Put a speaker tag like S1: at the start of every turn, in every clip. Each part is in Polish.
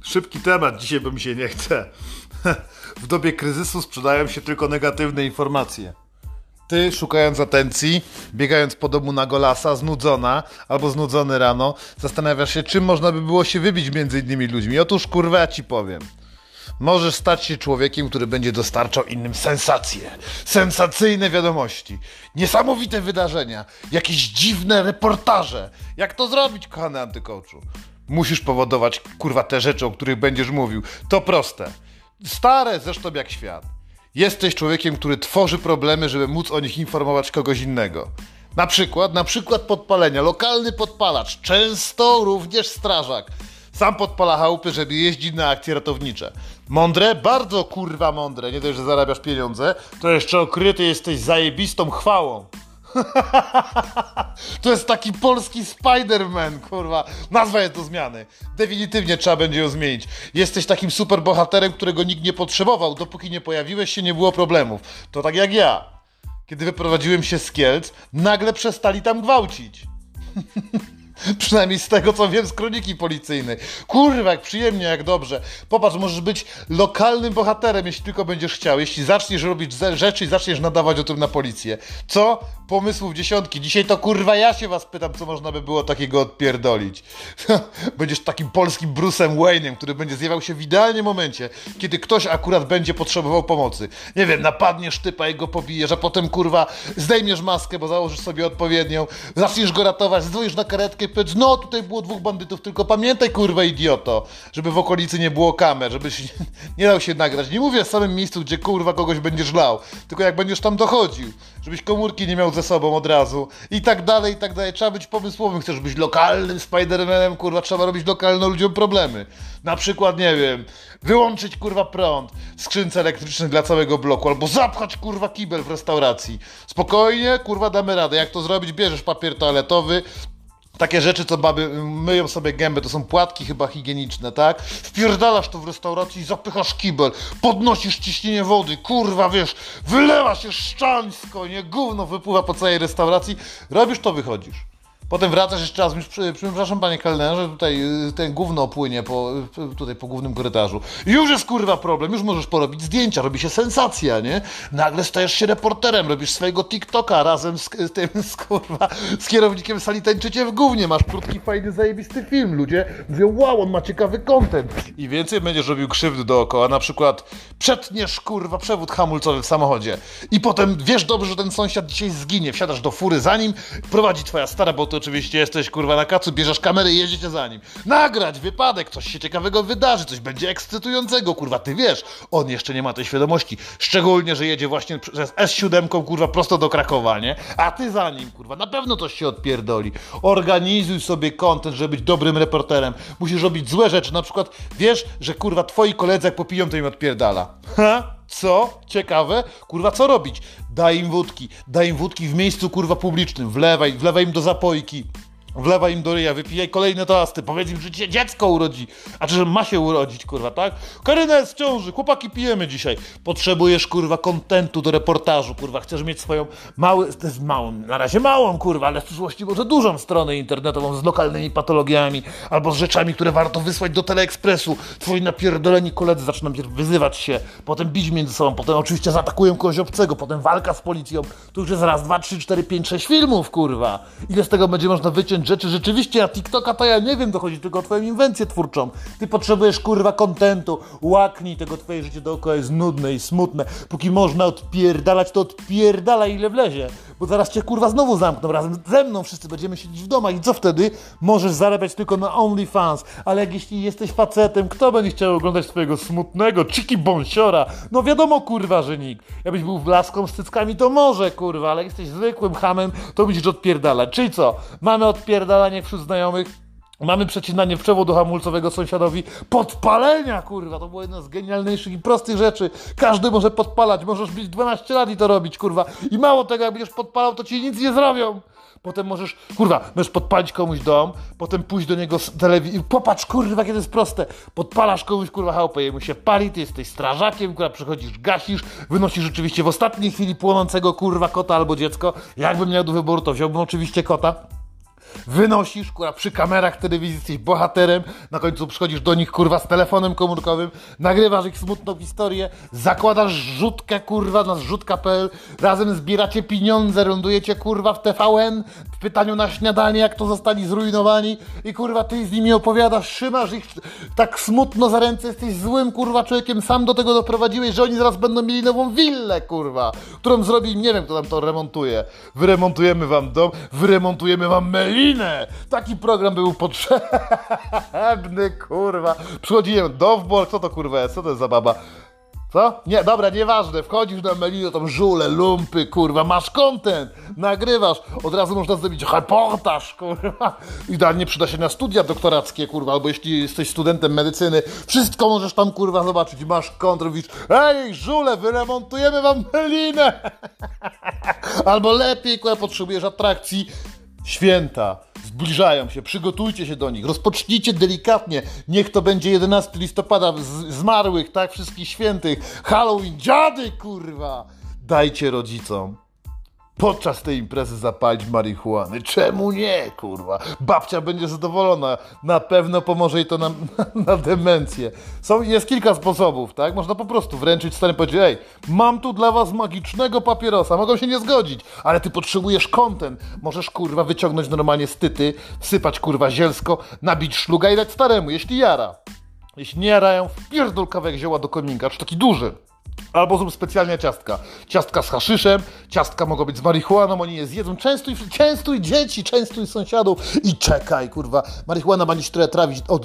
S1: Szybki temat dzisiaj, bo mi się nie chce. W dobie kryzysu sprzedają się tylko negatywne informacje. Ty, szukając atencji, biegając po domu na golasa, znudzona albo znudzony rano, zastanawiasz się, czym można by było się wybić między innymi ludźmi. Otóż, kurwa, ja ci powiem. Możesz stać się człowiekiem, który będzie dostarczał innym sensacje, sensacyjne wiadomości, niesamowite wydarzenia, jakieś dziwne reportaże. Jak to zrobić, kochany antycoachu? Musisz powodować, kurwa, te rzeczy, o których będziesz mówił. To proste. Stare zresztą jak świat. Jesteś człowiekiem, który tworzy problemy, żeby móc o nich informować kogoś innego. Na przykład podpalenia. Lokalny podpalacz, często również strażak. Sam podpala chałupy, żeby jeździć na akcje ratownicze. Mądre? Bardzo kurwa mądre. Nie dość, że zarabiasz pieniądze, to jeszcze okryty jesteś zajebistą chwałą. To jest taki polski Spider-Man, kurwa. Nazwa jest do zmiany. Definitywnie trzeba będzie ją zmienić. Jesteś takim superbohaterem, którego nikt nie potrzebował. Dopóki nie pojawiłeś się, nie było problemów. To tak jak ja. Kiedy wyprowadziłem się z Kielc, nagle przestali tam gwałcić. Przynajmniej z tego, co wiem z kroniki policyjnej. Kurwa, jak przyjemnie, jak dobrze. Popatrz, możesz być lokalnym bohaterem, jeśli tylko będziesz chciał. Jeśli zaczniesz robić rzeczy i zaczniesz nadawać o tym na policję. Co? Pomysłów dziesiątki. Dzisiaj to, kurwa, ja się was pytam, co można by było takiego odpierdolić. Będziesz takim polskim Bruce'em Wayne'em, który będzie zjawiał się w idealnym momencie, kiedy ktoś akurat będzie potrzebował pomocy. Nie wiem, napadniesz typa i go pobijesz, a potem, kurwa, zdejmiesz maskę, bo założysz sobie odpowiednią, zaczniesz go ratować, dzwonisz na karetkę i powiedz, no tutaj było 2 bandytów, tylko pamiętaj, kurwa, idioto, żeby w okolicy nie było kamer, żebyś nie dał się nagrać. Nie mówię w samym miejscu, gdzie, kurwa, kogoś będziesz lał, tylko jak będziesz tam dochodził, żebyś komórki nie miał ze sobą od razu i tak dalej, i tak dalej. Trzeba być pomysłowym, chcesz być lokalnym Spider-Manem, kurwa, trzeba robić lokalnym ludziom problemy. Na przykład, nie wiem, wyłączyć, kurwa, prąd w skrzynce elektrycznej dla całego bloku, albo zapchać, kurwa, kibel w restauracji. Spokojnie, kurwa, damy radę. Jak to zrobić? Bierzesz papier toaletowy, takie rzeczy, co baby myją sobie gębę, to są płatki chyba higieniczne, tak? Wpierdalasz to w restauracji i zapychasz kibel, podnosisz ciśnienie wody, kurwa, wiesz, wylewa się szczańsko, nie? Gówno wypływa po całej restauracji, robisz to, wychodzisz. Potem wracasz jeszcze raz, mówisz, przepraszam, panie kelnerze, tutaj ten gówno płynie tutaj po głównym korytarzu. Już jest, kurwa, problem, już możesz porobić zdjęcia, robi się sensacja, nie? Nagle stajesz się reporterem, robisz swojego TikToka razem z kierownikiem sali Tańczycie w gównie, masz krótki, fajny, zajebisty film, ludzie mówią, wow, on ma ciekawy content. I więcej będziesz robił krzywdy dookoła, na przykład przetniesz, kurwa, przewód hamulcowy w samochodzie i potem wiesz dobrze, że ten sąsiad dzisiaj zginie, wsiadasz do fury za nim, prowadzi twoja stara, bo to oczywiście jesteś, kurwa, na kacu, bierzesz kamerę i jedziecie za nim. Nagrać wypadek, coś się ciekawego wydarzy, coś będzie ekscytującego, kurwa, ty wiesz, on jeszcze nie ma tej świadomości, szczególnie, że jedzie właśnie przez S7, kurwa, prosto do Krakowa, nie? A ty za nim, kurwa, na pewno coś się odpierdoli. Organizuj sobie content, żeby być dobrym reporterem. Musisz robić złe rzeczy, na przykład wiesz, że, kurwa, twoi koledzy jak popiją, to im odpierdala. Ha? Co? Ciekawe? Kurwa, co robić? Daj im wódki w miejscu, kurwa, publicznym, wlewaj im do zapojki, wlewaj im do ryja, wypijaj kolejne toasty, powiedz im, że cię dziecko urodzi, a czy że ma się urodzić, kurwa, tak? Karyna jest w ciąży, chłopaki, pijemy dzisiaj. Potrzebujesz, kurwa, kontentu do reportażu, kurwa, chcesz mieć swoją na razie małą, kurwa, ale w przyszłości może dużą stronę internetową z lokalnymi patologiami, albo z rzeczami, które warto wysłać do Teleekspresu. Twoi napierdoleni koledzy zaczną wyzywać się, potem bić między sobą, potem oczywiście zaatakują kogoś obcego, potem walka z policją. Tu już jest raz, 2, 3, 4, 5, 6 filmów, kurwa. Ile z tego będzie można wyciąć rzeczy rzeczywiście na TikToka, to ja nie wiem, dochodzi tylko o twoją inwencję twórczą. Ty potrzebujesz, kurwa, kontentu, łaknij tego, twoje życie dookoła jest nudne i smutne. Póki można odpierdalać, to odpierdalaj ile wlezie, bo zaraz cię, kurwa, znowu zamkną razem ze mną, wszyscy będziemy siedzieć w domach i co wtedy? Możesz zarabiać tylko na OnlyFans, ale jak jeśli jesteś facetem, kto będzie chciał oglądać twojego smutnego chiki bąsiora? No wiadomo, kurwa, że nikt. Jakbyś był laską z cyckami, to może, kurwa, ale jak jesteś zwykłym chamem, to musisz odpierdalać. Czyli co? Mamy odpierdalanie wśród znajomych, mamy przecinanie przewodu hamulcowego sąsiadowi, podpalenia, kurwa, to było jedna z genialniejszych i prostych rzeczy. Każdy może podpalać, możesz mieć 12 lat i to robić, kurwa. I mało tego, jak będziesz podpalał, to ci nic nie zrobią. Potem możesz podpalić komuś dom, potem pójść do niego z telewizji. Popatrz, kurwa, kiedy jest proste. Podpalasz komuś, kurwa, chałupę, jemu się pali, ty jesteś strażakiem, kurwa, przychodzisz, gasisz, wynosisz rzeczywiście w ostatniej chwili płonącego, kurwa, kota albo dziecko. Jakbym miał do wyboru, to wziąłbym oczywiście kota. Wynosisz, kurwa, przy kamerach telewizji jesteś bohaterem, na końcu przychodzisz do nich, kurwa, z telefonem komórkowym, nagrywasz ich smutną historię, zakładasz rzutkę, kurwa, na zrzutka.pl, razem zbieracie pieniądze, lądujecie, kurwa, w TVN, w pytaniu na śniadanie, jak to zostali zrujnowani i, kurwa, ty z nimi opowiadasz, trzymasz ich tak smutno za ręce, jesteś złym, kurwa, człowiekiem, sam do tego doprowadziłeś, że oni zaraz będą mieli nową willę, kurwa, którą zrobi, nie wiem, kto tam to remontuje. Wyremontujemy wam dom, wyremontujemy wam melinę. Taki program był potrzebny, kurwa. Przychodzi, nie wiem, Doveball, co to, kurwa jest, co to jest za baba? Co? Nie, dobra, nieważne, wchodzisz na Melinę, tam żule, lumpy, kurwa, masz content, nagrywasz, od razu można zrobić reportaż, kurwa, idealnie przyda się na studia doktorackie, kurwa, albo jeśli jesteś studentem medycyny, wszystko możesz tam, kurwa, zobaczyć, masz content, mówisz, ej, żule, wyremontujemy wam Melinę, albo lepiej, kurwa, potrzebujesz atrakcji, święta zbliżają się, przygotujcie się do nich, rozpocznijcie delikatnie, niech to będzie 11 listopada, zmarłych, tak, wszystkich świętych, Halloween, dziady, kurwa, dajcie rodzicom podczas tej imprezy zapalić marihuany. Czemu nie, kurwa? Babcia będzie zadowolona. Na pewno pomoże jej to na demencję. Jest kilka sposobów, tak? Można po prostu wręczyć starym, powiedzieć, ej, mam tu dla was magicznego papierosa. Mogą się nie zgodzić, ale ty potrzebujesz content. Możesz, kurwa, wyciągnąć normalnie styty, wsypać, kurwa, zielsko, nabić szluga i dać staremu, jeśli jara. Jeśli nie jarają, wpierdol kawałek zioła do kominka, czy taki duży. Albo zrób specjalnie ciastka. Ciastka z haszyszem, ciastka mogą być z marihuaną, oni je zjedzą. Częstuj dzieci, częstuj sąsiadów i czekaj, kurwa. Marihuana ma się trochę trawić od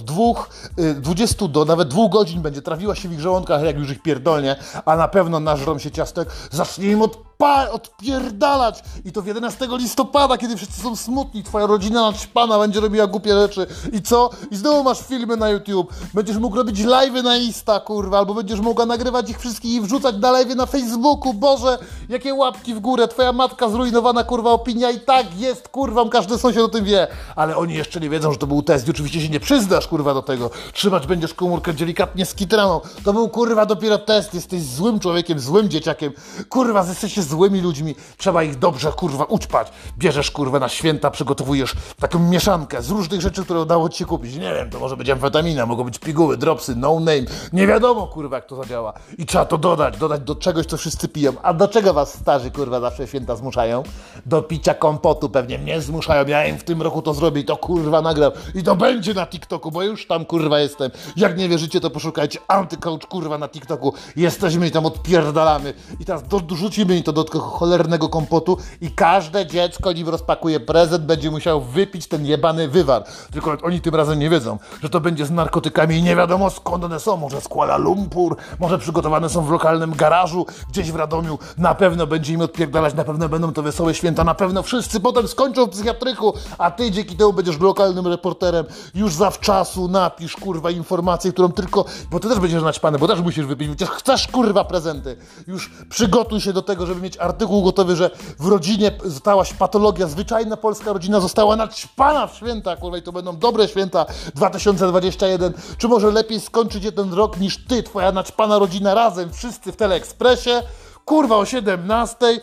S1: 20 do nawet 2 godzin będzie trawiła się w ich żołądkach, jak już ich pierdolnie, a na pewno nażrą się ciastek. Zacznie im odpierdalać i to w 11 listopada, kiedy wszyscy są smutni, twoja rodzina naćpana będzie robiła głupie rzeczy i co? I znowu masz filmy na YouTube, będziesz mógł robić live'y na Insta, kurwa, albo będziesz mogła nagrywać ich wszystkich i wrzucać na live'y na Facebooku, Boże, jakie łapki w górę, twoja matka zrujnowana, kurwa, opinia i tak jest, kurwa, każdy sąsiad o tym wie, ale oni jeszcze nie wiedzą, że to był test i oczywiście się nie przyznasz, kurwa, do tego, trzymać będziesz komórkę delikatnie skitraną, to był, kurwa, dopiero test, jesteś złym człowiekiem, złym dzieciakiem, kurwa, jesteście złymi ludźmi, trzeba ich dobrze, kurwa, ućpać. Bierzesz, kurwa, na święta, przygotowujesz taką mieszankę z różnych rzeczy, które udało ci się kupić. Nie wiem, to może być amfetamina, mogą być piguły, dropsy, no name. Nie wiadomo, kurwa, jak to zadziała. I trzeba to dodać do czegoś, co wszyscy piją. A do czego was starzy, kurwa, zawsze święta zmuszają? Do picia kompotu pewnie mnie zmuszają. Ja im w tym roku to zrobię i to, kurwa, nagram. I to będzie na TikToku, bo już tam, kurwa, jestem. Jak nie wierzycie, to poszukajcie antycoach, kurwa, na TikToku. Jesteśmy i tam odpierdalamy. I teraz dorzucimy im to do tego cholernego kompotu i każde dziecko, nim rozpakuje prezent, będzie musiał wypić ten jebany wywar. Tylko oni tym razem nie wiedzą, że to będzie z narkotykami i nie wiadomo, skąd one są. Może z Kuala Lumpur, może przygotowane są w lokalnym garażu gdzieś w Radomiu. Na pewno będzie im odpierdalać, na pewno będą to wesołe święta, na pewno wszyscy potem skończą w psychiatryku, a ty dzięki temu będziesz lokalnym reporterem. Już zawczasu napisz, kurwa, informację, którą tylko, bo ty też będziesz naćpany, bo też musisz wypić, przecież chcesz, kurwa, prezenty. Już przygotuj się do tego, żeby mieć artykuł gotowy, że w rodzinie stała się patologia, zwyczajna polska rodzina została naćpana w święta, kurwa, i to będą dobre święta 2021. Czy może lepiej skończyć ten rok niż ty, twoja naćpana rodzina razem, wszyscy w Teleekspresie? Kurwa, o 17:00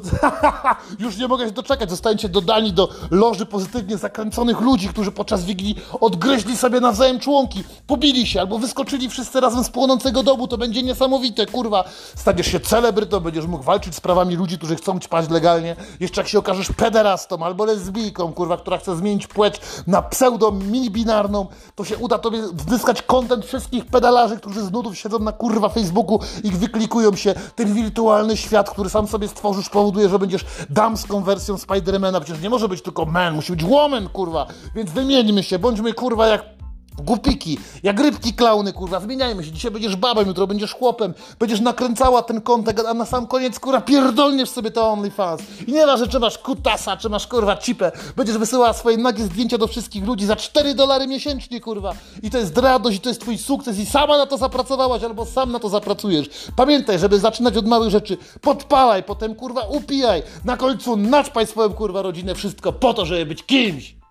S1: już nie mogę się doczekać. Zostańcie dodani do loży pozytywnie zakręconych ludzi, którzy podczas Wigilii odgryźli sobie nawzajem członki, pobili się albo wyskoczyli wszyscy razem z płonącego domu. To będzie niesamowite, kurwa. Staniesz się celebrytą, będziesz mógł walczyć z prawami ludzi, którzy chcą ćpać legalnie. Jeszcze jak się okażesz pederastą albo lesbijką, kurwa, która chce zmienić płeć na pseudo-minibinarną, to się uda tobie zyskać content wszystkich pedalarzy, którzy z nudów siedzą na, kurwa, Facebooku i wyklikują się ten wirtualny świat, który sam sobie stworzysz, powoduje, że będziesz damską wersją Spidermana. Przecież nie może być tylko man, musi być woman, kurwa. Więc wymieńmy się, bądźmy, kurwa, jak głupiki, jak rybki klauny, kurwa, zmieniajmy się. Dzisiaj będziesz babą, jutro będziesz chłopem, będziesz nakręcała ten kontek, a na sam koniec, kurwa, pierdolniesz sobie to OnlyFans. I nie ważne, czy masz kutasa, czy masz, kurwa, cipę, będziesz wysyłała swoje nagie zdjęcia do wszystkich ludzi za $4 miesięcznie, kurwa. I to jest radość, i to jest twój sukces i sama na to zapracowałaś, albo sam na to zapracujesz. Pamiętaj, żeby zaczynać od małych rzeczy, podpalaj, potem, kurwa, upijaj, na końcu naćpaj swoją, kurwa, rodzinę, wszystko po to, żeby być kimś.